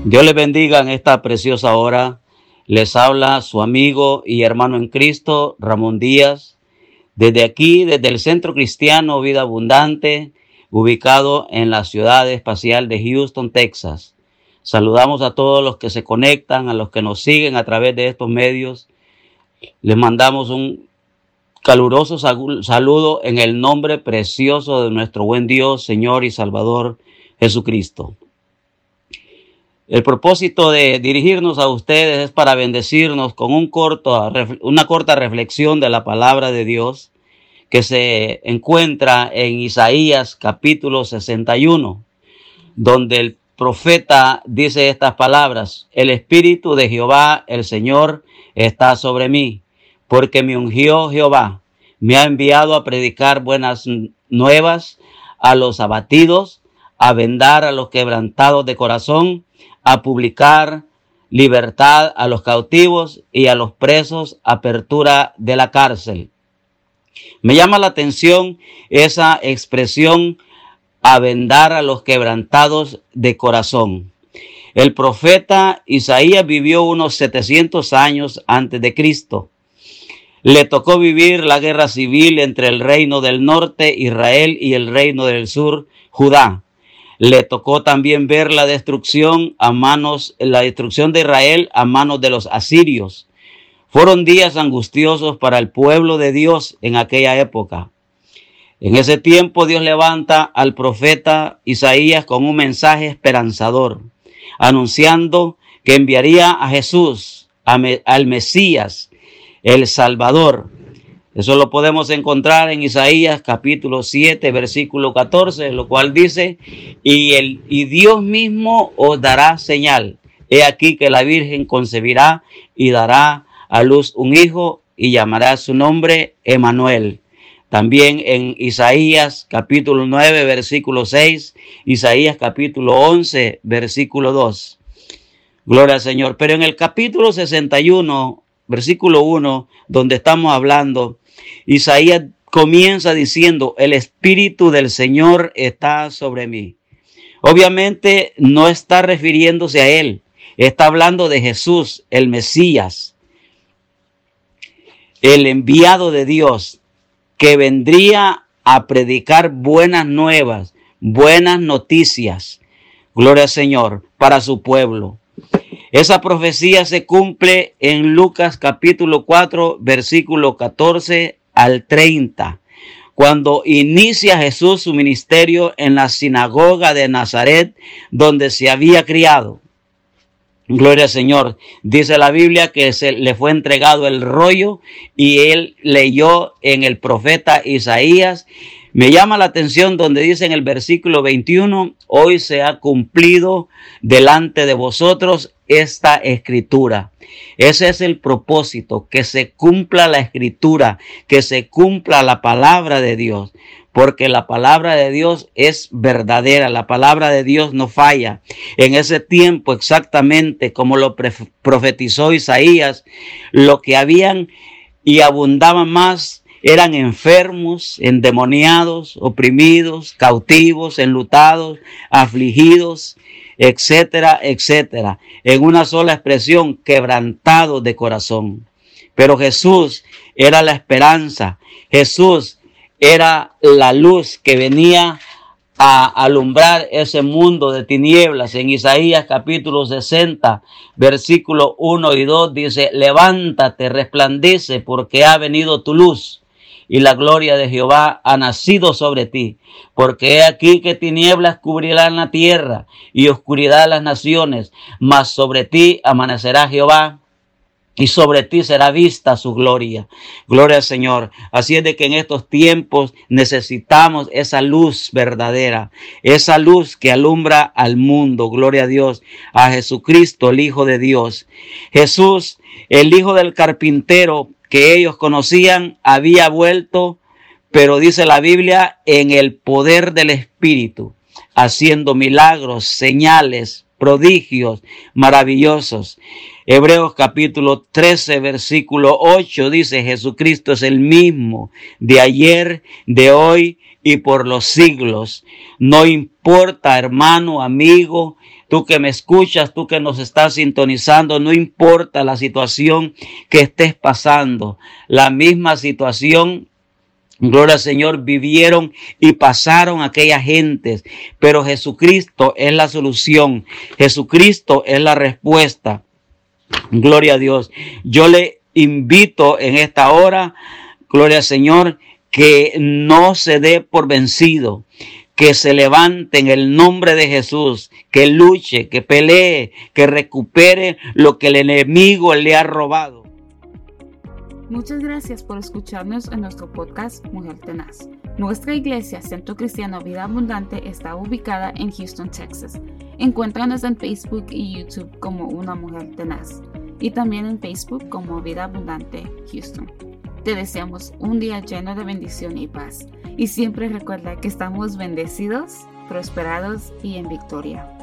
Dios les bendiga en esta preciosa hora. Les habla su amigo y hermano en Cristo, Ramón Díaz, desde aquí, desde el Centro Cristiano Vida Abundante, ubicado en la ciudad espacial de Houston, Texas. Saludamos a todos los que se conectan, a los que nos siguen a través de estos medios. Les mandamos un caluroso saludo en el nombre precioso de nuestro buen Dios, Señor y Salvador Jesucristo. El propósito de dirigirnos a ustedes es para bendecirnos con una corta reflexión de la palabra de Dios que se encuentra en Isaías capítulo 61, donde el profeta dice estas palabras: el Espíritu de Jehová, el Señor, está sobre mí, porque me ungió Jehová, me ha enviado a predicar buenas nuevas a los abatidos, a vendar a los quebrantados de corazón, a publicar libertad a los cautivos y a los presos, apertura de la cárcel. Me llama la atención esa expresión, a vendar a los quebrantados de corazón. El profeta Isaías vivió unos 700 años antes de Cristo. Le tocó vivir la guerra civil entre el reino del norte, Israel, y el reino del sur, Judá. Le tocó también ver la destrucción de Israel a manos de los asirios. Fueron días angustiosos para el pueblo de Dios en aquella época. En ese tiempo Dios levanta al profeta Isaías con un mensaje esperanzador, anunciando que enviaría a Jesús, al Mesías, el Salvador. Eso lo podemos encontrar en Isaías capítulo 7, versículo 14, lo cual dice: y Dios mismo os dará señal. He aquí que la Virgen concebirá y dará a luz un hijo y llamará su nombre Emmanuel. También en Isaías capítulo 9, versículo 6, Isaías capítulo 11, versículo 2. Gloria al Señor. Pero en el capítulo 61, versículo 1, donde estamos hablando, Isaías comienza diciendo: el Espíritu del Señor está sobre mí. Obviamente no está refiriéndose a él, está hablando de Jesús, el Mesías, el enviado de Dios, que vendría a predicar buenas nuevas, buenas noticias, gloria al Señor, para su pueblo. Esa profecía se cumple en Lucas capítulo 4, versículo 14 al 30, cuando inicia Jesús su ministerio en la sinagoga de Nazaret, donde se había criado. Gloria al Señor. Dice la Biblia que le fue entregado el rollo y él leyó en el profeta Isaías. Me llama la atención donde dice en el versículo 21, hoy se ha cumplido delante de vosotros esta escritura. Ese es el propósito, que se cumpla la escritura, que se cumpla la palabra de Dios, porque la palabra de Dios es verdadera, la palabra de Dios no falla. En ese tiempo, exactamente como lo profetizó Isaías, lo que habían y abundaban más eran enfermos, endemoniados, oprimidos, cautivos, enlutados, afligidos, etcétera, etcétera. En una sola expresión, quebrantados de corazón. Pero Jesús era la esperanza. Jesús era la luz que venía a alumbrar ese mundo de tinieblas. En Isaías capítulo 60, versículo 1 y 2 dice: levántate, resplandece, porque ha venido tu luz y la gloria de Jehová ha nacido sobre ti. Porque he aquí que tinieblas cubrirán la tierra y oscuridad las naciones, mas sobre ti amanecerá Jehová y sobre ti será vista su gloria. Gloria al Señor. Así es de que en estos tiempos necesitamos esa luz verdadera, esa luz que alumbra al mundo. Gloria a Dios, a Jesucristo, el Hijo de Dios. Jesús, el hijo del carpintero que ellos conocían, había vuelto, pero dice la Biblia, en el poder del Espíritu, haciendo milagros, señales, prodigios maravillosos. Hebreos capítulo 13, versículo 8 dice: Jesucristo es el mismo de ayer, de hoy y por los siglos. No importa, hermano, amigo, tú que me escuchas, tú que nos estás sintonizando, no importa la situación que estés pasando, la misma situación, gloria al Señor, vivieron y pasaron aquellas gentes, pero Jesucristo es la solución, Jesucristo es la respuesta. Gloria a Dios. Yo le invito en esta hora, gloria al Señor, que no se dé por vencido, que se levante en el nombre de Jesús, que luche, que pelee, que recupere lo que el enemigo le ha robado. Muchas gracias por escucharnos en nuestro podcast Mujer Tenaz. Nuestra iglesia, Centro Cristiano Vida Abundante, está ubicada en Houston, Texas. Encuéntranos en Facebook y YouTube como Una Mujer Tenaz y también en Facebook como Vida Abundante Houston. Te deseamos un día lleno de bendición y paz. Y siempre recuerda que estamos bendecidos, prosperados y en victoria.